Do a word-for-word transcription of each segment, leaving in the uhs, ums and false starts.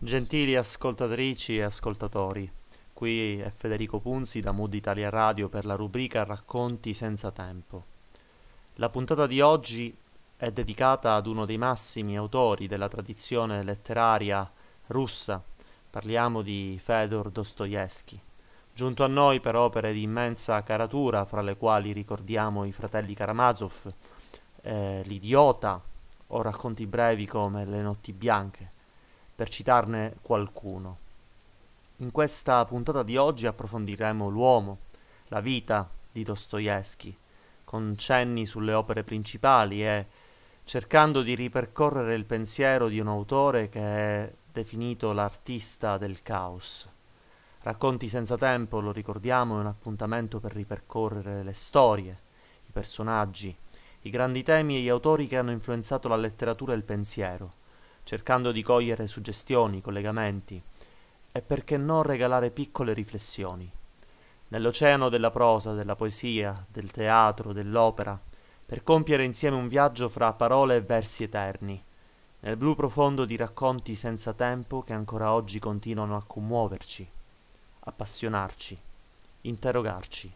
Gentili ascoltatrici e ascoltatori, qui è Federico Punzi da Mood Italia Radio per la rubrica Racconti senza tempo. La puntata di oggi è dedicata ad uno dei massimi autori della tradizione letteraria russa. Parliamo di Fëdor Dostoevskij, giunto a noi per opere di immensa caratura, fra le quali ricordiamo I fratelli Karamazov, eh, L'Idiota o racconti brevi come Le notti bianche, per citarne qualcuno. In questa puntata di oggi approfondiremo l'uomo, la vita di Dostoevskij, con cenni sulle opere principali e cercando di ripercorrere il pensiero di un autore che è definito l'artista del caos. Racconti senza tempo, lo ricordiamo, è un appuntamento per ripercorrere le storie, i personaggi, i grandi temi e gli autori che hanno influenzato la letteratura e il pensiero, cercando di cogliere suggestioni, collegamenti e perché no regalare piccole riflessioni. Nell'oceano della prosa, della poesia, del teatro, dell'opera, per compiere insieme un viaggio fra parole e versi eterni, nel blu profondo di racconti senza tempo che ancora oggi continuano a commuoverci, appassionarci, interrogarci.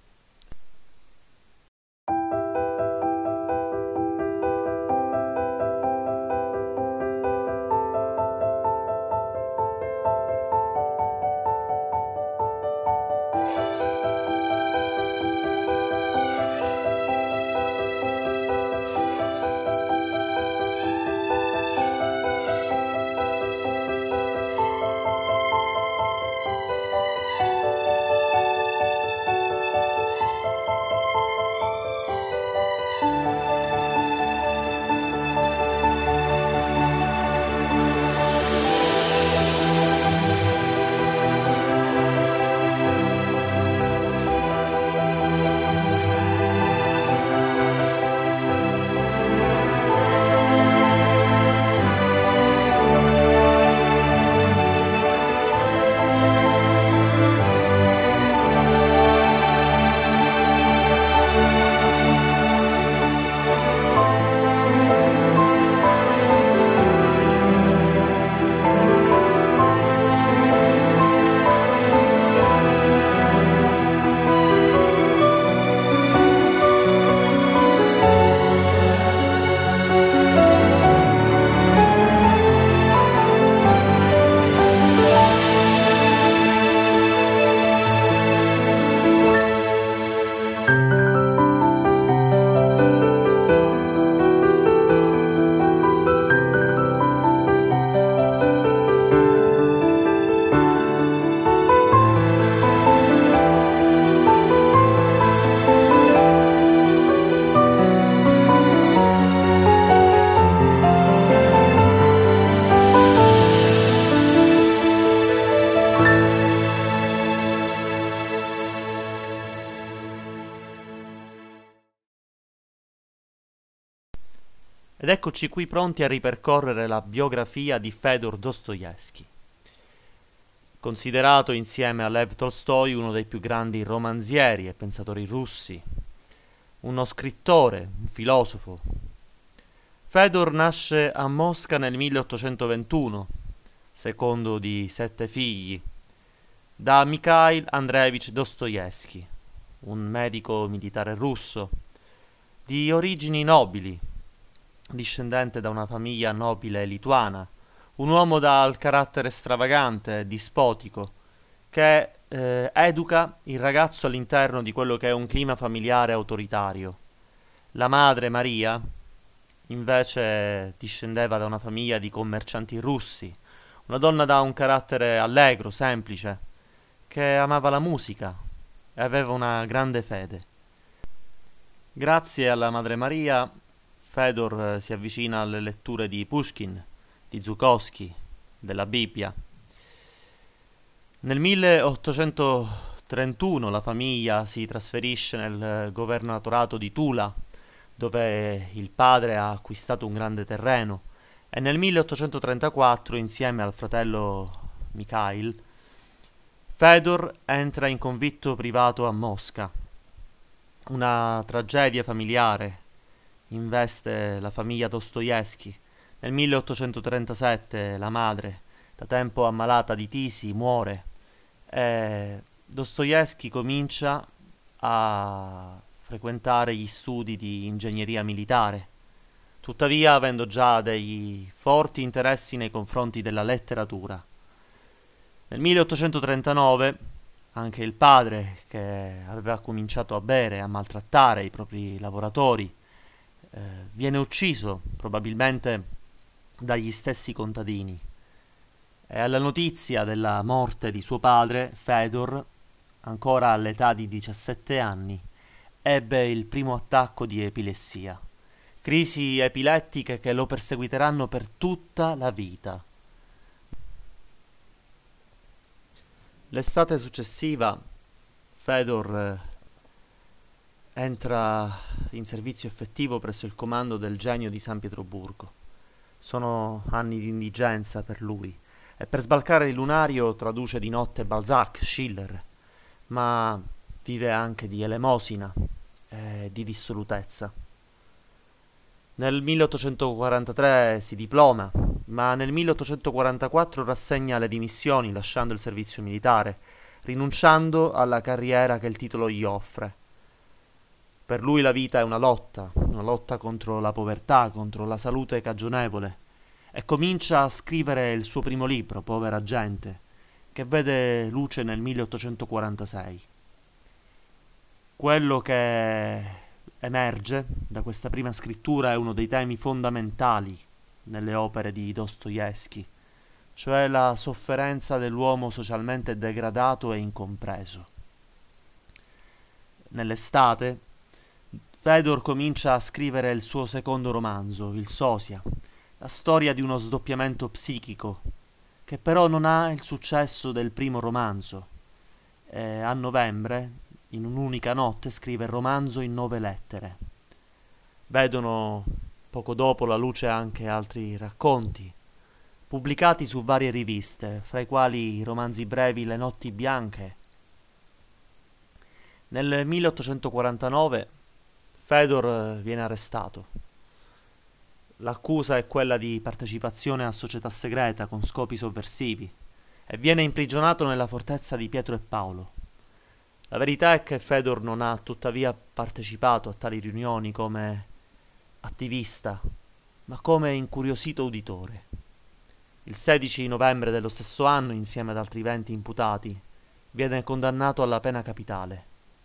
Ed eccoci qui pronti a ripercorrere la biografia di Fëdor Dostoevskij, considerato insieme a Lev Tolstoi uno dei più grandi romanzieri e pensatori russi, uno scrittore, un filosofo. Fëdor nasce a Mosca nel milleottocentoventuno, secondo di sette figli, da Mikhail Andreevich Dostoevskij, un medico militare russo, di origini nobili, discendente da una famiglia nobile lituana, un uomo dal carattere stravagante e dispotico, che eh, educa il ragazzo all'interno di quello che è un clima familiare autoritario. La madre, Maria, invece discendeva da una famiglia di commercianti russi, una donna da un carattere allegro, semplice, che amava la musica e aveva una grande fede. Grazie alla madre Maria, Fëdor si avvicina alle letture di Pushkin, di Zhukovsky, della Bibbia. Nel milleottocentotrentuno la famiglia si trasferisce nel governatorato di Tula, dove il padre ha acquistato un grande terreno, e nel milleottocentotrentaquattro, insieme al fratello Mikhail, Fëdor entra in convitto privato a Mosca. Una tragedia familiare investe la famiglia Dostoevskij. Nel milleottocentotrentasette la madre, da tempo ammalata di tisi, muore e Dostoevskij comincia a frequentare gli studi di ingegneria militare. Tuttavia, avendo già dei forti interessi nei confronti della letteratura. Nel milleottocentotrentanove anche il padre, che aveva cominciato a bere e a maltrattare i propri lavoratori, eh, viene ucciso, probabilmente dagli stessi contadini. E alla notizia della morte di suo padre, Fedor, ancora all'età di diciassette anni, ebbe il primo attacco di epilessia. Crisi epilettiche che lo perseguiteranno per tutta la vita. L'estate successiva Fedor eh, entra in servizio effettivo presso il comando del Genio di San Pietroburgo. Sono anni di indigenza per lui e per sbalcare il lunario traduce di notte Balzac, Schiller, ma vive anche di elemosina e di dissolutezza. Nel milleottocentoquarantatré si diploma, ma nel milleottocentoquarantaquattro rassegna le dimissioni lasciando il servizio militare, rinunciando alla carriera che il titolo gli offre. Per lui la vita è una lotta, una lotta contro la povertà, contro la salute cagionevole, e comincia a scrivere il suo primo libro, Povera gente, che vede luce nel milleottocentoquarantasei. Quello che emerge da questa prima scrittura è uno dei temi fondamentali nelle opere di Dostoevskij, cioè la sofferenza dell'uomo socialmente degradato e incompreso. Nell'estate, Fedor comincia a scrivere il suo secondo romanzo, Il Sosia, la storia di uno sdoppiamento psichico, che però non ha il successo del primo romanzo. E a novembre, in un'unica notte, scrive il romanzo in nove lettere. Vedono poco dopo la luce anche altri racconti, pubblicati su varie riviste, fra i quali i romanzi brevi Le notti bianche. Nel milleottocentoquarantanove Fedor viene arrestato. L'accusa è quella di partecipazione a società segreta con scopi sovversivi e viene imprigionato nella fortezza di Pietro e Paolo. La verità è che Fedor non ha tuttavia partecipato a tali riunioni come attivista, ma come incuriosito uditore. Il sedici novembre dello stesso anno, insieme ad altri venti imputati, viene condannato alla pena capitale.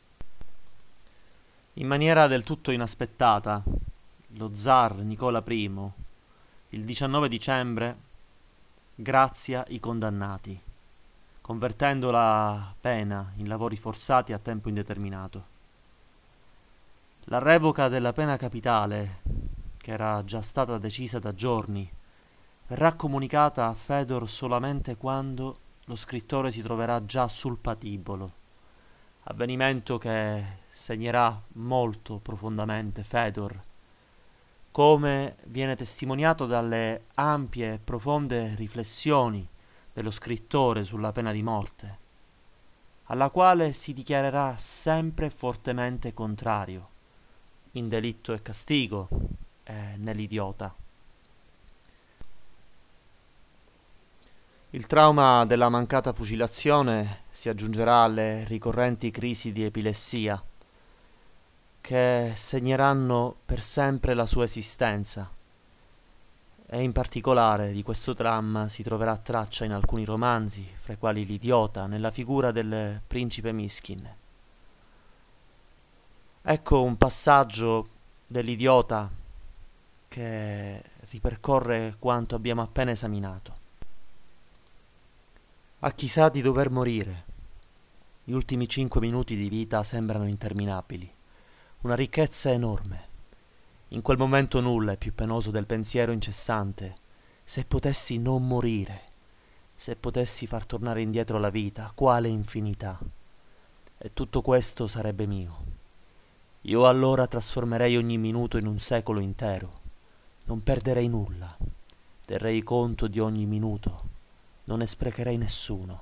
In maniera del tutto inaspettata, lo zar Nicola I, il diciannove dicembre, grazia i condannati, convertendo la pena in lavori forzati a tempo indeterminato. La revoca della pena capitale, che era già stata decisa da giorni, verrà comunicata a Fedor solamente quando lo scrittore si troverà già sul patibolo, avvenimento che segnerà molto profondamente Fedor, come viene testimoniato dalle ampie e profonde riflessioni dello scrittore sulla pena di morte, alla quale si dichiarerà sempre fortemente contrario, in Delitto e Castigo e nell'Idiota. Il trauma della mancata fucilazione si aggiungerà alle ricorrenti crisi di epilessia, che segneranno per sempre la sua esistenza, e in particolare di questo dramma si troverà traccia in alcuni romanzi, fra i quali L'Idiota, nella figura del principe Miskin. Ecco un passaggio dell'Idiota che ripercorre quanto abbiamo appena esaminato. A chi sa di dover morire, gli ultimi cinque minuti di vita sembrano interminabili. Una ricchezza enorme. In quel momento nulla è più penoso del pensiero incessante. Se potessi non morire, se potessi far tornare indietro la vita, quale infinità. E tutto questo sarebbe mio. Io allora trasformerei ogni minuto in un secolo intero. Non perderei nulla. Terrei conto di ogni minuto. Non ne sprecherei nessuno.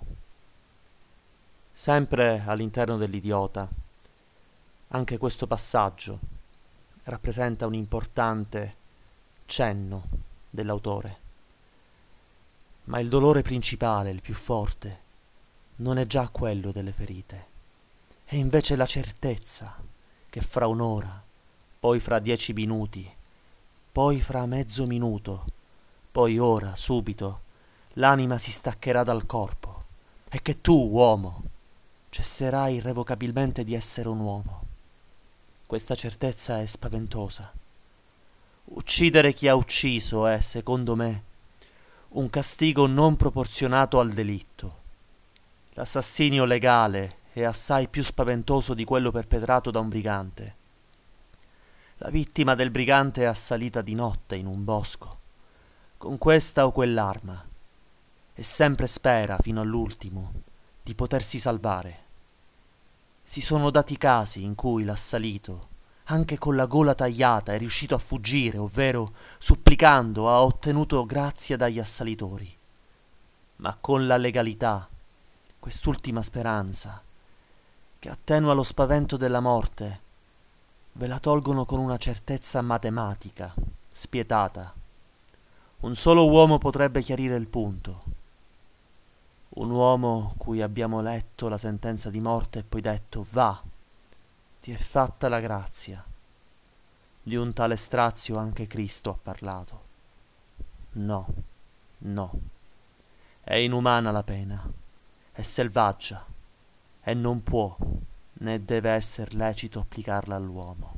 Sempre all'interno dell'Idiota, anche questo passaggio rappresenta un importante cenno dell'autore. Ma il dolore principale, il più forte, non è già quello delle ferite, è invece la certezza che fra un'ora, poi fra dieci minuti, poi fra mezzo minuto, poi ora, subito, l'anima si staccherà dal corpo e che tu, uomo, cesserai irrevocabilmente di essere un uomo. Questa certezza è spaventosa. Uccidere chi ha ucciso è, secondo me, un castigo non proporzionato al delitto. L'assassinio legale è assai più spaventoso di quello perpetrato da un brigante. La vittima del brigante è assalita di notte in un bosco, con questa o quell'arma, e sempre spera, fino all'ultimo, di potersi salvare. Si sono dati casi in cui l'assalito, anche con la gola tagliata, è riuscito a fuggire, ovvero, supplicando, ha ottenuto grazia dagli assalitori. Ma con la legalità, quest'ultima speranza, che attenua lo spavento della morte, ve la tolgono con una certezza matematica, spietata. Un solo uomo potrebbe chiarire il punto. Un uomo cui abbiamo letto la sentenza di morte e poi detto: va, ti è fatta la grazia. Di un tale strazio anche Cristo ha parlato. No, no. È inumana la pena, è selvaggia, e non può né deve essere lecito applicarla all'uomo.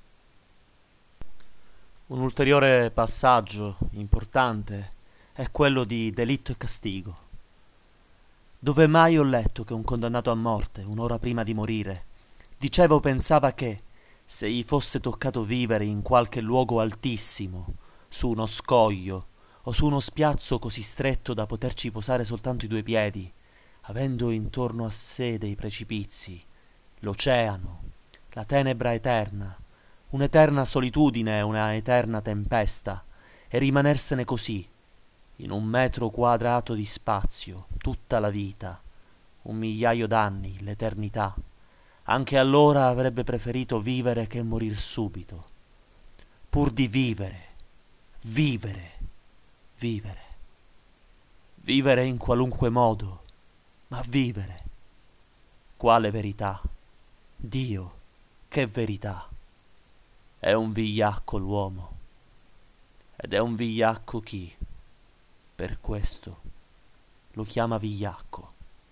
Un ulteriore passaggio importante è quello di delitto e castigo. Dove mai ho letto che un condannato a morte, un'ora prima di morire, diceva o pensava che, se gli fosse toccato vivere in qualche luogo altissimo, su uno scoglio o su uno spiazzo così stretto da poterci posare soltanto i due piedi, avendo intorno a sé dei precipizi, l'oceano, la tenebra eterna, un'eterna solitudine e una eterna tempesta, e rimanersene così, in un metro quadrato di spazio, tutta la vita, un migliaio d'anni, l'eternità, anche allora avrebbe preferito vivere che morir subito, pur di vivere, vivere, vivere, vivere in qualunque modo, ma vivere. Quale verità? Dio, che verità! È un vigliacco l'uomo, ed è un vigliacco chi, per questo, lo chiama vigliacco.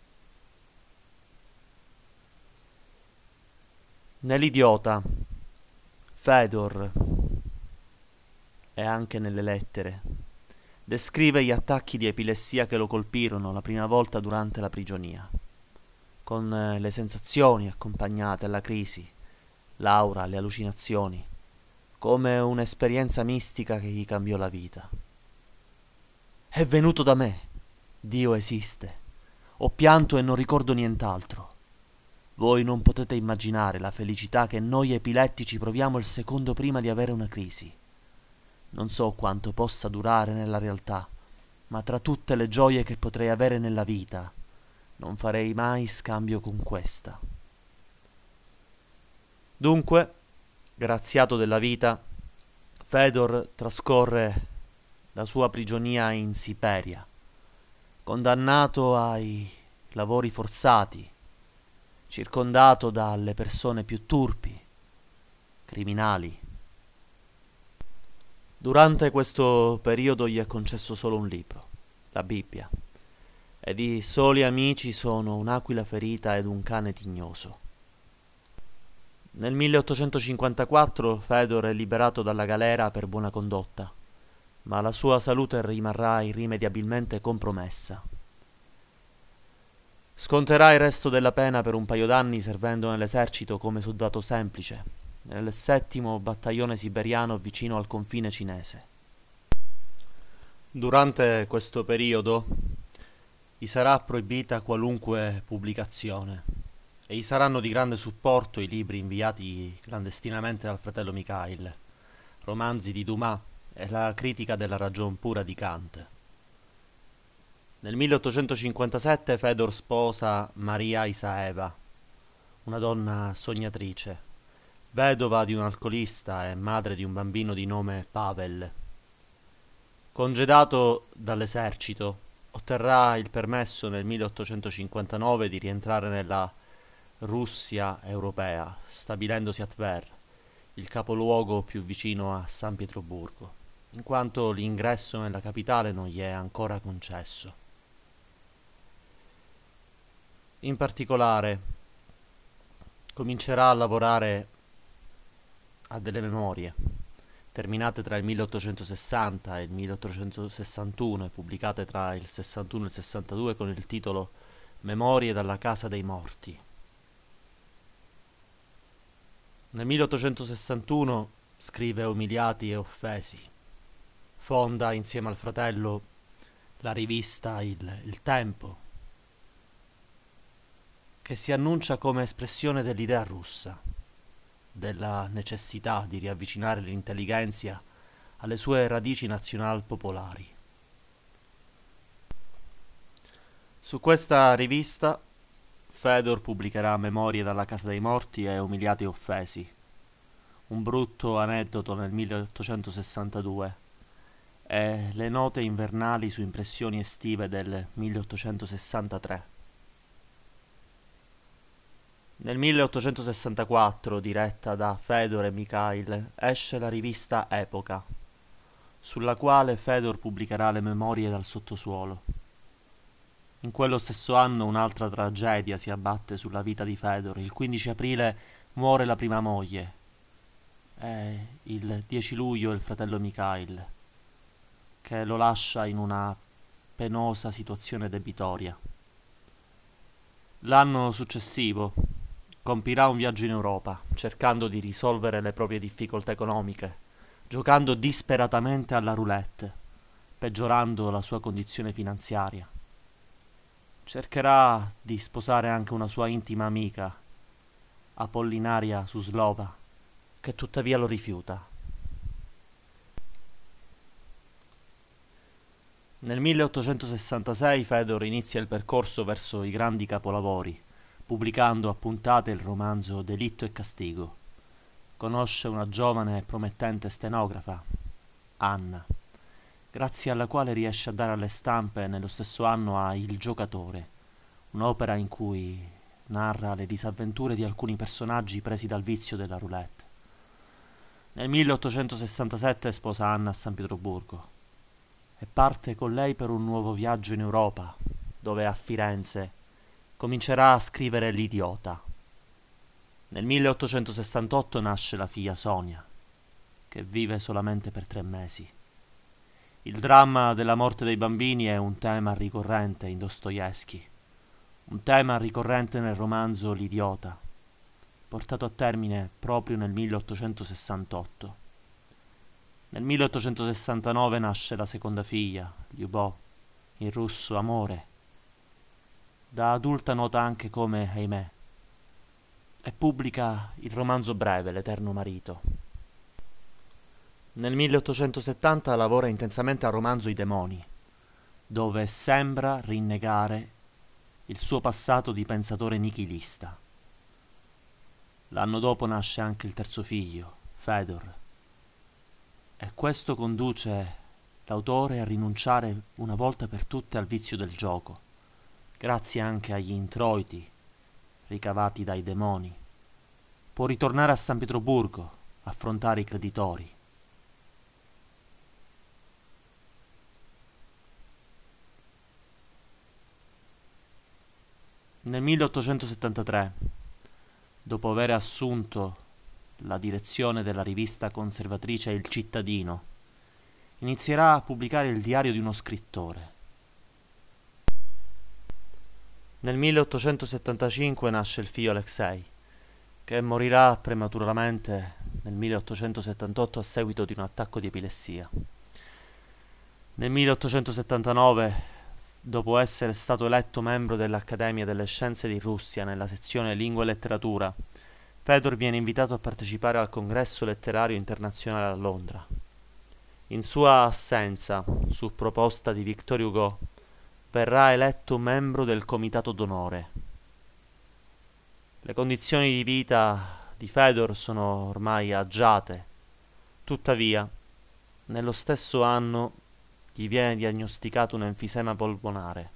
Nell'Idiota, Fëdor, e anche nelle lettere, descrive gli attacchi di epilessia che lo colpirono la prima volta durante la prigionia, con le sensazioni accompagnate alla crisi, l'aura, le allucinazioni, come un'esperienza mistica che gli cambiò la vita. È venuto da me, Dio esiste, ho pianto e non ricordo nient'altro. Voi non potete immaginare la felicità che noi epilettici proviamo il secondo prima di avere una crisi. Non so quanto possa durare nella realtà, ma tra tutte le gioie che potrei avere nella vita, non farei mai scambio con questa. Dunque, graziato della vita, Fëdor trascorre la sua prigionia in Siberia, condannato ai lavori forzati, circondato dalle persone più turpi, criminali. Durante questo periodo gli è concesso solo un libro, la Bibbia, ed i soli amici sono un'aquila ferita ed un cane tignoso. Nel milleottocentocinquantaquattro Fëdor è liberato dalla galera per buona condotta, ma la sua salute rimarrà irrimediabilmente compromessa. Sconterà il resto della pena per un paio d'anni servendo nell'esercito come soldato semplice, nel settimo battaglione siberiano vicino al confine cinese. Durante questo periodo gli sarà proibita qualunque pubblicazione e gli saranno di grande supporto i libri inviati clandestinamente dal fratello Mikhail, romanzi di Dumas e la critica della ragion pura di Kant. Nel milleottocentocinquantasette Fëdor sposa Maria Isaeva, una donna sognatrice, vedova di un alcolista e madre di un bambino di nome Pavel. Congedato dall'esercito, otterrà il permesso nel milleottocentocinquantanove di rientrare nella Russia europea, stabilendosi a Tver, il capoluogo più vicino a San Pietroburgo, in quanto l'ingresso nella capitale non gli è ancora concesso. In particolare, comincerà a lavorare a delle memorie, terminate tra il milleottocentosessanta e il milleottocentosessantuno e pubblicate tra il sessantuno e il sessantadue con il titolo Memorie dalla casa dei morti. Nel milleottocentosessantuno scrive Umiliati e offesi. Fonda insieme al fratello la rivista Il, il Tempo, che si annuncia come espressione dell'idea russa, della necessità di riavvicinare l'intelligenza alle sue radici nazional-popolari. Su questa rivista Fedor pubblicherà Memorie dalla casa dei morti e Umiliati e offesi, un brutto aneddoto nel milleottocentosessantadue e le note invernali su impressioni estive del milleottocentosessantatré. Nel milleottocentosessantaquattro, diretta da Fedor e Mikhail, esce la rivista Epoca, sulla quale Fedor pubblicherà le memorie dal sottosuolo. In quello stesso anno un'altra tragedia si abbatte sulla vita di Fedor. Il quindici aprile muore la prima moglie e il dieci luglio il fratello Mikhail, che lo lascia in una penosa situazione debitoria. L'anno successivo compirà un viaggio in Europa, cercando di risolvere le proprie difficoltà economiche, giocando disperatamente alla roulette, peggiorando la sua condizione finanziaria. Cercherà di sposare anche una sua intima amica, Apollinaria Suslova, che tuttavia lo rifiuta. Nel milleottocentosessantasei Fedor inizia il percorso verso i grandi capolavori, pubblicando a puntate il romanzo Delitto e Castigo. Conosce una giovane e promettente stenografa, Anna, grazie alla quale riesce a dare alle stampe nello stesso anno a Il giocatore, un'opera in cui narra le disavventure di alcuni personaggi presi dal vizio della roulette. Nel milleottocentosessantasette sposa Anna a San Pietroburgo e parte con lei per un nuovo viaggio in Europa, dove a Firenze comincerà a scrivere L'Idiota. Nel milleottocentosessantotto nasce la figlia Sonia, che vive solamente per tre mesi. Il dramma della morte dei bambini è un tema ricorrente in Dostoevskij, un tema ricorrente nel romanzo L'Idiota, portato a termine proprio nel milleottocentosessantotto. Nel milleottocentosessantanove nasce la seconda figlia, Lyubov, in russo Amore, da adulta nota anche come Ahimè, e pubblica il romanzo breve L'Eterno Marito. Nel milleottocentosettanta lavora intensamente al romanzo I demoni, dove sembra rinnegare il suo passato di pensatore nichilista. L'anno dopo nasce anche il terzo figlio, Fedor, e questo conduce l'autore a rinunciare una volta per tutte al vizio del gioco, grazie anche agli introiti ricavati dai demoni. Può ritornare a San Pietroburgo, affrontare i creditori. Nel milleottocentosettantatré, dopo aver assunto la direzione della rivista conservatrice Il Cittadino, inizierà a pubblicare il diario di uno scrittore. Nel milleottocentosettantacinque nasce il figlio Alexei, che morirà prematuramente nel milleottocentosettantotto a seguito di un attacco di epilessia. Nel milleottocentosettantanove, dopo essere stato eletto membro dell'Accademia delle Scienze di Russia nella sezione Lingua e Letteratura, Fedor viene invitato a partecipare al Congresso Letterario Internazionale a Londra. In sua assenza, su proposta di Victor Hugo, verrà eletto membro del Comitato d'Onore. Le condizioni di vita di Fedor sono ormai agiate, tuttavia, nello stesso anno gli viene diagnosticato un enfisema polmonare.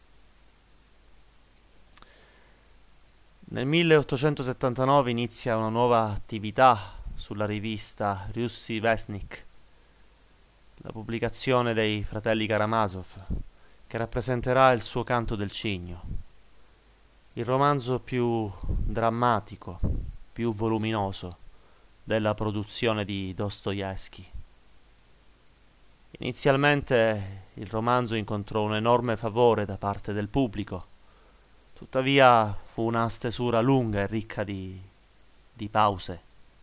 Nel milleottocentosettantanove inizia una nuova attività sulla rivista Ruski Vestnik, la pubblicazione dei fratelli Karamazov, che rappresenterà il suo Canto del Cigno, il romanzo più drammatico, più voluminoso della produzione di Dostoevskij. Inizialmente il romanzo incontrò un enorme favore da parte del pubblico, tuttavia fu una stesura lunga e ricca di, di pause.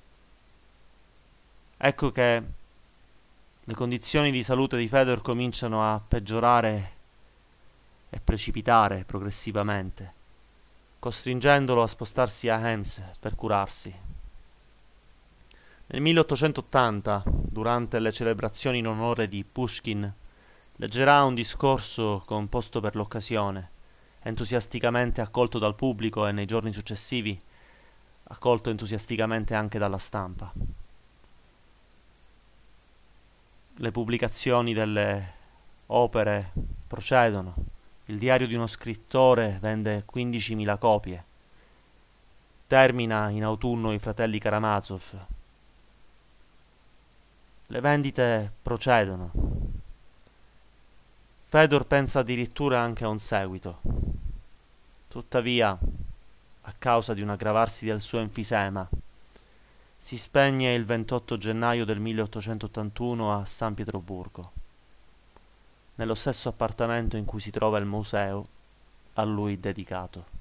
Ecco che le condizioni di salute di Fedor cominciano a peggiorare e precipitare progressivamente, costringendolo a spostarsi a Ems per curarsi. Nel milleottocentottanta, durante le celebrazioni in onore di Pushkin, leggerà un discorso composto per l'occasione, entusiasticamente accolto dal pubblico e nei giorni successivi accolto entusiasticamente anche dalla stampa. Le pubblicazioni delle opere procedono. Il diario di uno scrittore vende quindicimila copie. Termina in autunno i fratelli Karamazov. Le vendite procedono. Fedor pensa addirittura anche a un seguito. Tuttavia, a causa di un aggravarsi del suo enfisema, si spegne il ventotto gennaio del milleottocentottantuno a San Pietroburgo, nello stesso appartamento in cui si trova il museo a lui dedicato.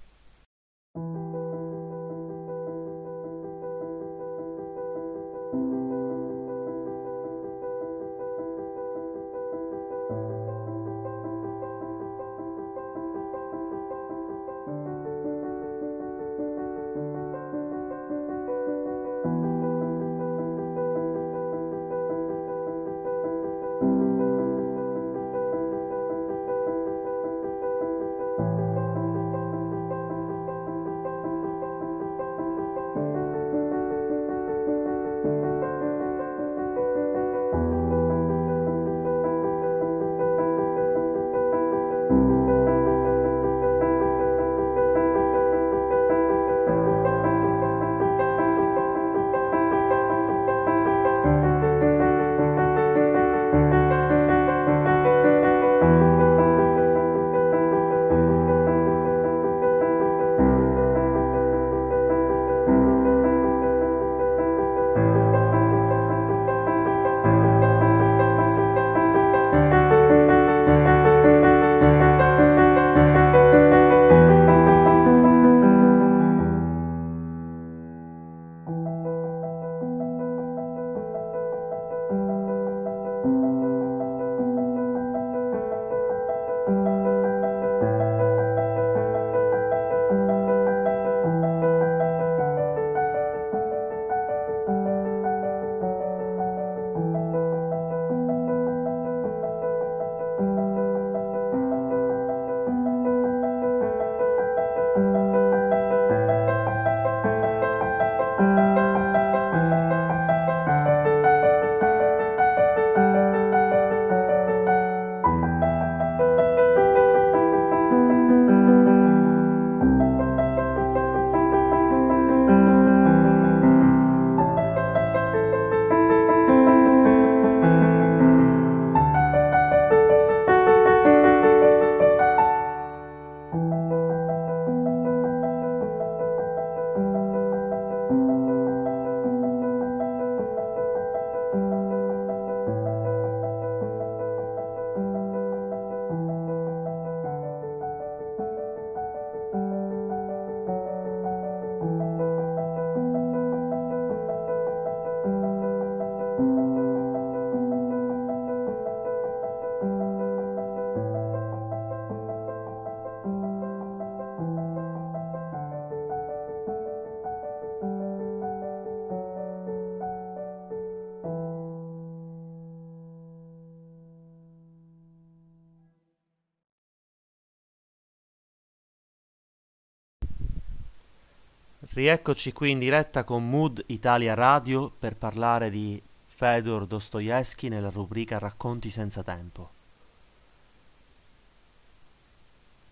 Rieccoci qui in diretta con Mood Italia Radio per parlare di Fedor Dostoevskij nella rubrica Racconti senza tempo.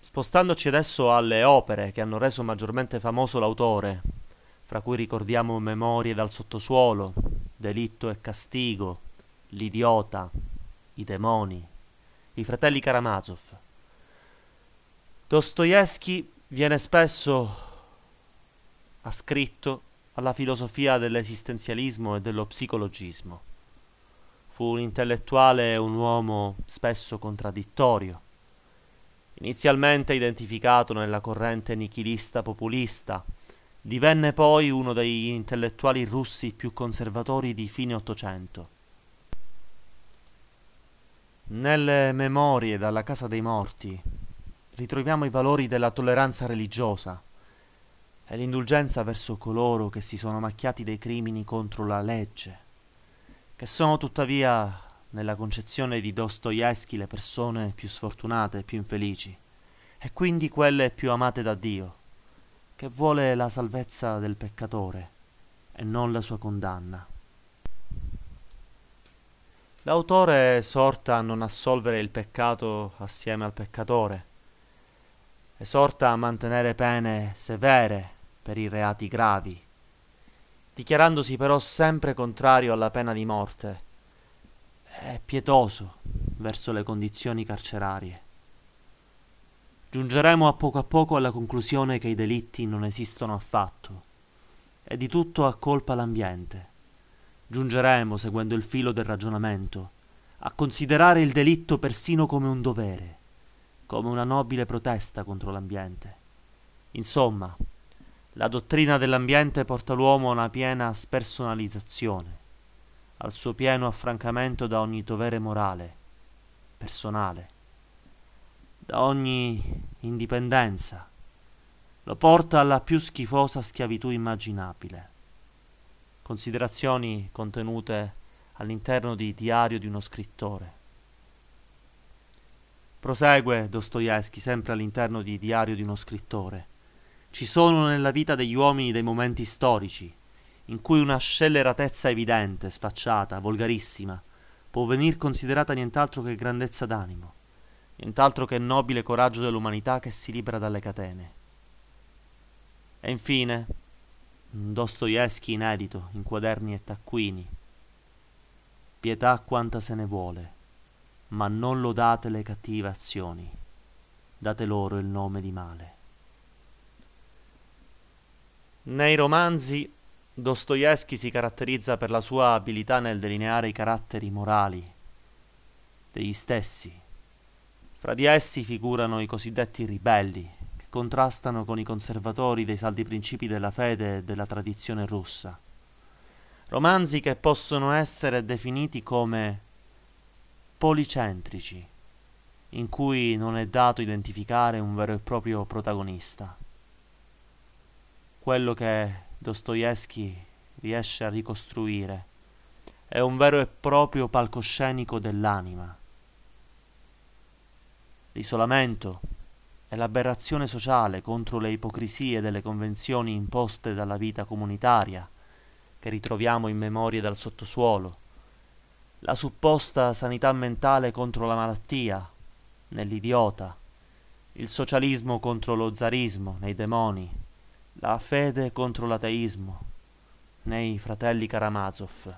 Spostandoci adesso alle opere che hanno reso maggiormente famoso l'autore, fra cui ricordiamo Memorie dal sottosuolo, Delitto e castigo, L'idiota, I demoni, I fratelli Karamazov. Dostoevskij viene spesso ascritto alla filosofia dell'esistenzialismo e dello psicologismo. Fu un intellettuale e un uomo spesso contraddittorio. Inizialmente identificato nella corrente nichilista populista, divenne poi uno degli intellettuali russi più conservatori di fine Ottocento. Nelle Memorie dalla Casa dei Morti ritroviamo i valori della tolleranza religiosa e l'indulgenza verso coloro che si sono macchiati dei crimini contro la legge, che sono tuttavia, nella concezione di Dostoevskij, le persone più sfortunate e più infelici, e quindi quelle più amate da Dio, che vuole la salvezza del peccatore e non la sua condanna. L'autore esorta a non assolvere il peccato assieme al peccatore, esorta a mantenere pene severe per i reati gravi, dichiarandosi però sempre contrario alla pena di morte e pietoso verso le condizioni carcerarie. Giungeremo a poco a poco alla conclusione che i delitti non esistono affatto e di tutto ha colpa l'ambiente. Giungeremo, seguendo il filo del ragionamento, a considerare il delitto persino come un dovere, come una nobile protesta contro l'ambiente. Insomma, la dottrina dell'ambiente porta l'uomo a una piena spersonalizzazione, al suo pieno affrancamento da ogni dovere morale, personale, da ogni indipendenza. Lo porta alla più schifosa schiavitù immaginabile. Considerazioni contenute all'interno di Diario di uno scrittore. Prosegue Dostoevskij sempre all'interno di Diario di uno scrittore. Ci sono nella vita degli uomini dei momenti storici in cui una scelleratezza evidente, sfacciata, volgarissima, può venir considerata nient'altro che grandezza d'animo, nient'altro che nobile coraggio dell'umanità che si libera dalle catene. E infine, Dostoevskij inedito in quaderni e taccuini. Pietà quanta se ne vuole, ma non lodate le cattive azioni, date loro il nome di male. Nei romanzi Dostoevskij si caratterizza per la sua abilità nel delineare i caratteri morali degli stessi. Fra di essi figurano i cosiddetti ribelli, che contrastano con i conservatori dei saldi principi della fede e della tradizione russa. Romanzi che possono essere definiti come policentrici, in cui non è dato identificare un vero e proprio protagonista. Quello che Dostoevskij riesce a ricostruire è un vero e proprio palcoscenico dell'anima. L'isolamento e l'aberrazione sociale contro le ipocrisie delle convenzioni imposte dalla vita comunitaria, che ritroviamo in Memorie dal sottosuolo, la supposta sanità mentale contro la malattia, nell'idiota, il socialismo contro lo zarismo, nei demoni, la fede contro l'ateismo, nei fratelli Karamazov.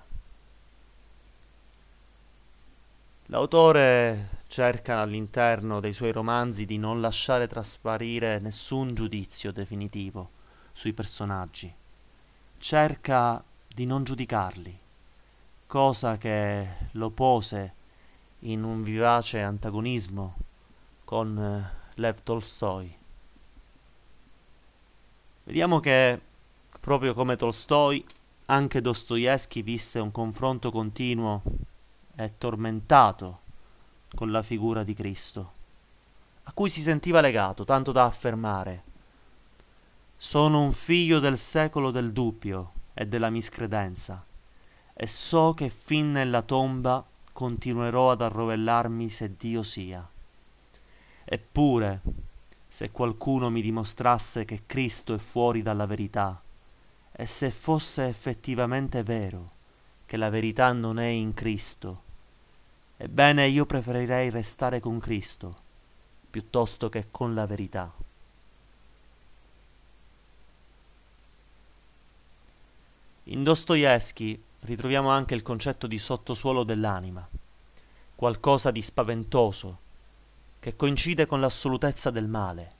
L'autore cerca all'interno dei suoi romanzi di non lasciare trasparire nessun giudizio definitivo sui personaggi. Cerca di non giudicarli, cosa che lo pose in un vivace antagonismo con Lev Tolstoi. Vediamo che, proprio come Tolstoi, anche Dostoevskij visse un confronto continuo e tormentato con la figura di Cristo, a cui si sentiva legato tanto da affermare: «Sono un figlio del secolo del dubbio e della miscredenza, e so che fin nella tomba continuerò ad arrovellarmi se Dio sia. Eppure, se qualcuno mi dimostrasse che Cristo è fuori dalla verità, e se fosse effettivamente vero che la verità non è in Cristo, ebbene io preferirei restare con Cristo, piuttosto che con la verità. In Dostoevskij ritroviamo anche il concetto di sottosuolo dell'anima, qualcosa di spaventoso, che coincide con l'assolutezza del male.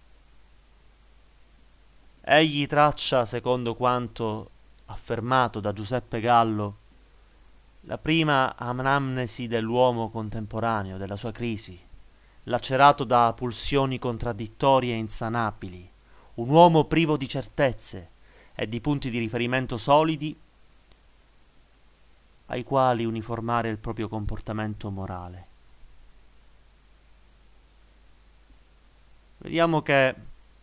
Egli traccia, secondo quanto affermato da Giuseppe Gallo, la prima anamnesi dell'uomo contemporaneo, della sua crisi, lacerato da pulsioni contraddittorie e insanabili, un uomo privo di certezze e di punti di riferimento solidi ai quali uniformare il proprio comportamento morale. Vediamo che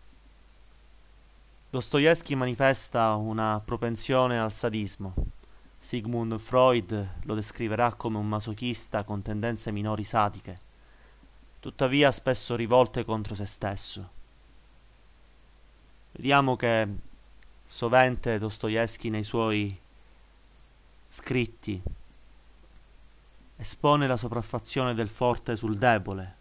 Dostoevskij manifesta una propensione al sadismo. Sigmund Freud lo descriverà come un masochista con tendenze minori sadiche, tuttavia spesso rivolte contro se stesso. Vediamo che sovente Dostoevskij nei suoi scritti espone la sopraffazione del forte sul debole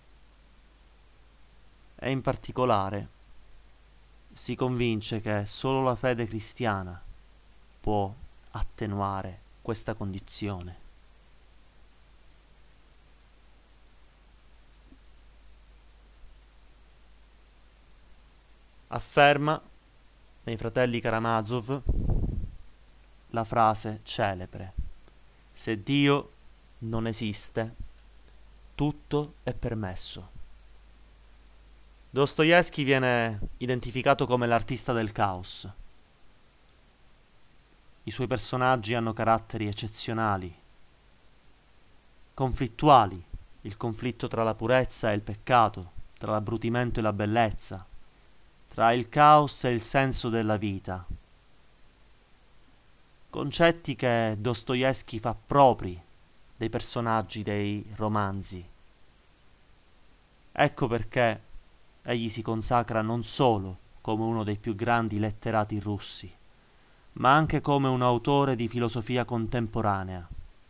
e in particolare si convince che solo la fede cristiana può attenuare questa condizione. Afferma nei Fratelli Karamazov la frase celebre: se Dio non esiste, tutto è permesso. Dostoevskij viene identificato come l'artista del caos. I suoi personaggi hanno caratteri eccezionali, conflittuali, il conflitto tra la purezza e il peccato, tra l'abbrutimento e la bellezza, tra il caos e il senso della vita. Concetti che Dostoevskij fa propri dei personaggi dei romanzi. Ecco perché egli si consacra non solo come uno dei più grandi letterati russi, ma anche come un autore di filosofia contemporanea.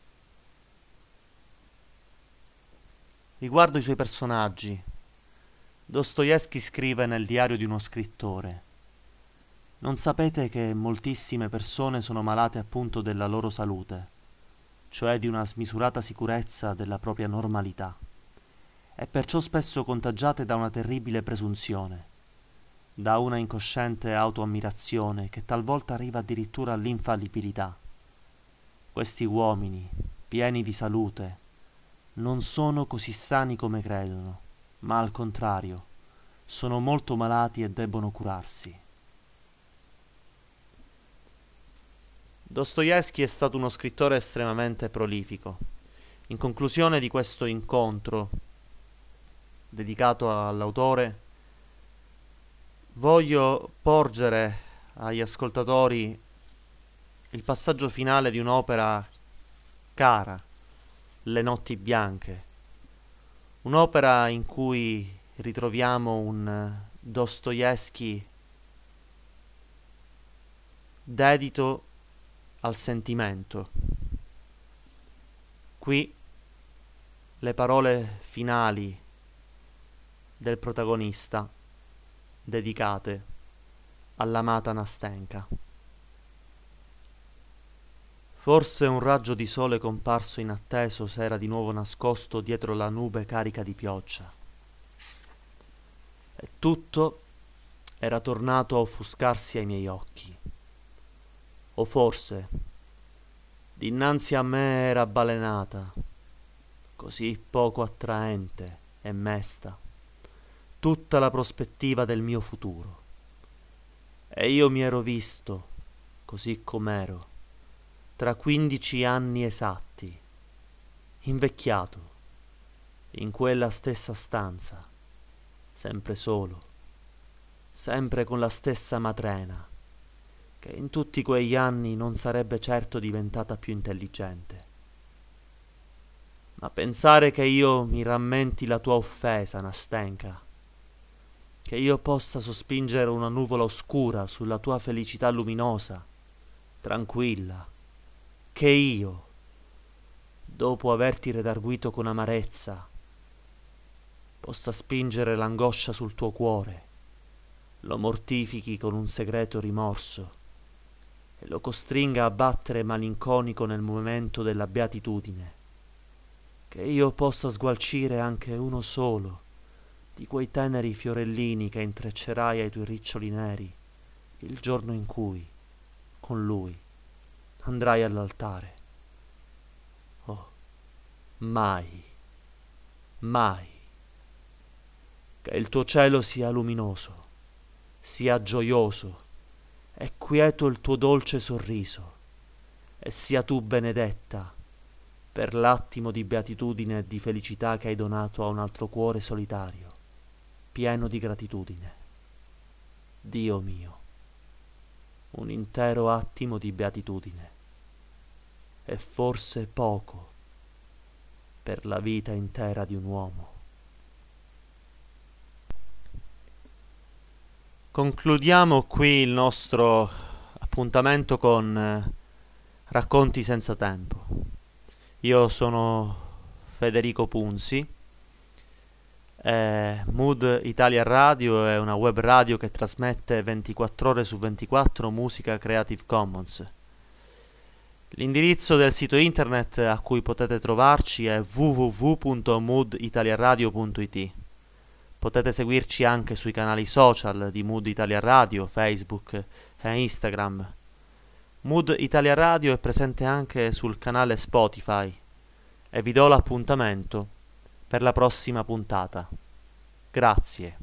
Riguardo i suoi personaggi, Dostoevskij scrive nel Diario di uno scrittore: non sapete che moltissime persone sono malate appunto della loro salute, cioè di una smisurata sicurezza della propria normalità, e perciò spesso contagiate da una terribile presunzione, da una incosciente autoammirazione che talvolta arriva addirittura all'infallibilità. Questi uomini, pieni di salute, non sono così sani come credono, ma al contrario, sono molto malati e debbono curarsi. Dostoevskij è stato uno scrittore estremamente prolifico. In conclusione di questo incontro dedicato all'autore, voglio porgere agli ascoltatori il passaggio finale di un'opera cara, Le notti bianche, un'opera in cui ritroviamo un Dostoevskij dedito al sentimento. Qui le parole finali del protagonista dedicate all'amata Nastenka. Forse un raggio di sole comparso inatteso s'era di nuovo nascosto dietro la nube carica di pioggia, e tutto era tornato a offuscarsi ai miei occhi. O forse dinanzi a me era balenata, così poco attraente e mesta, tutta la prospettiva del mio futuro, e io mi ero visto, così com'ero, tra quindici anni esatti, invecchiato, in quella stessa stanza, sempre solo, sempre con la stessa matrena, che in tutti quegli anni non sarebbe certo diventata più intelligente. Ma pensare che io mi rammenti la tua offesa, Nastenka, che io possa sospingere una nuvola oscura sulla tua felicità luminosa, tranquilla, che io, dopo averti redarguito con amarezza, possa spingere l'angoscia sul tuo cuore, lo mortifichi con un segreto rimorso e lo costringa a battere malinconico nel momento della beatitudine, che io possa sgualcire anche uno solo di quei teneri fiorellini che intreccerai ai tuoi riccioli neri il giorno in cui, con lui, andrai all'altare. Oh, mai, mai, che il tuo cielo sia luminoso, sia gioioso, e quieto il tuo dolce sorriso, e sia tu benedetta per l'attimo di beatitudine e di felicità che hai donato a un altro cuore solitario, pieno di gratitudine. Dio mio, un intero attimo di beatitudine è forse poco per la vita intera di un uomo. Concludiamo qui il nostro appuntamento con eh, Racconti senza tempo. Io sono Federico Punzi. Eh, Mood Italia Radio è una web radio che trasmette ventiquattro ore su ventiquattro musica Creative Commons. L'indirizzo del sito internet a cui potete trovarci è w w w punto mood italia radio punto i t. Potete seguirci anche sui canali social di Mood Italia Radio, Facebook e Instagram. Mood Italia Radio è presente anche sul canale Spotify e vi do l'appuntamento per la prossima puntata. Grazie.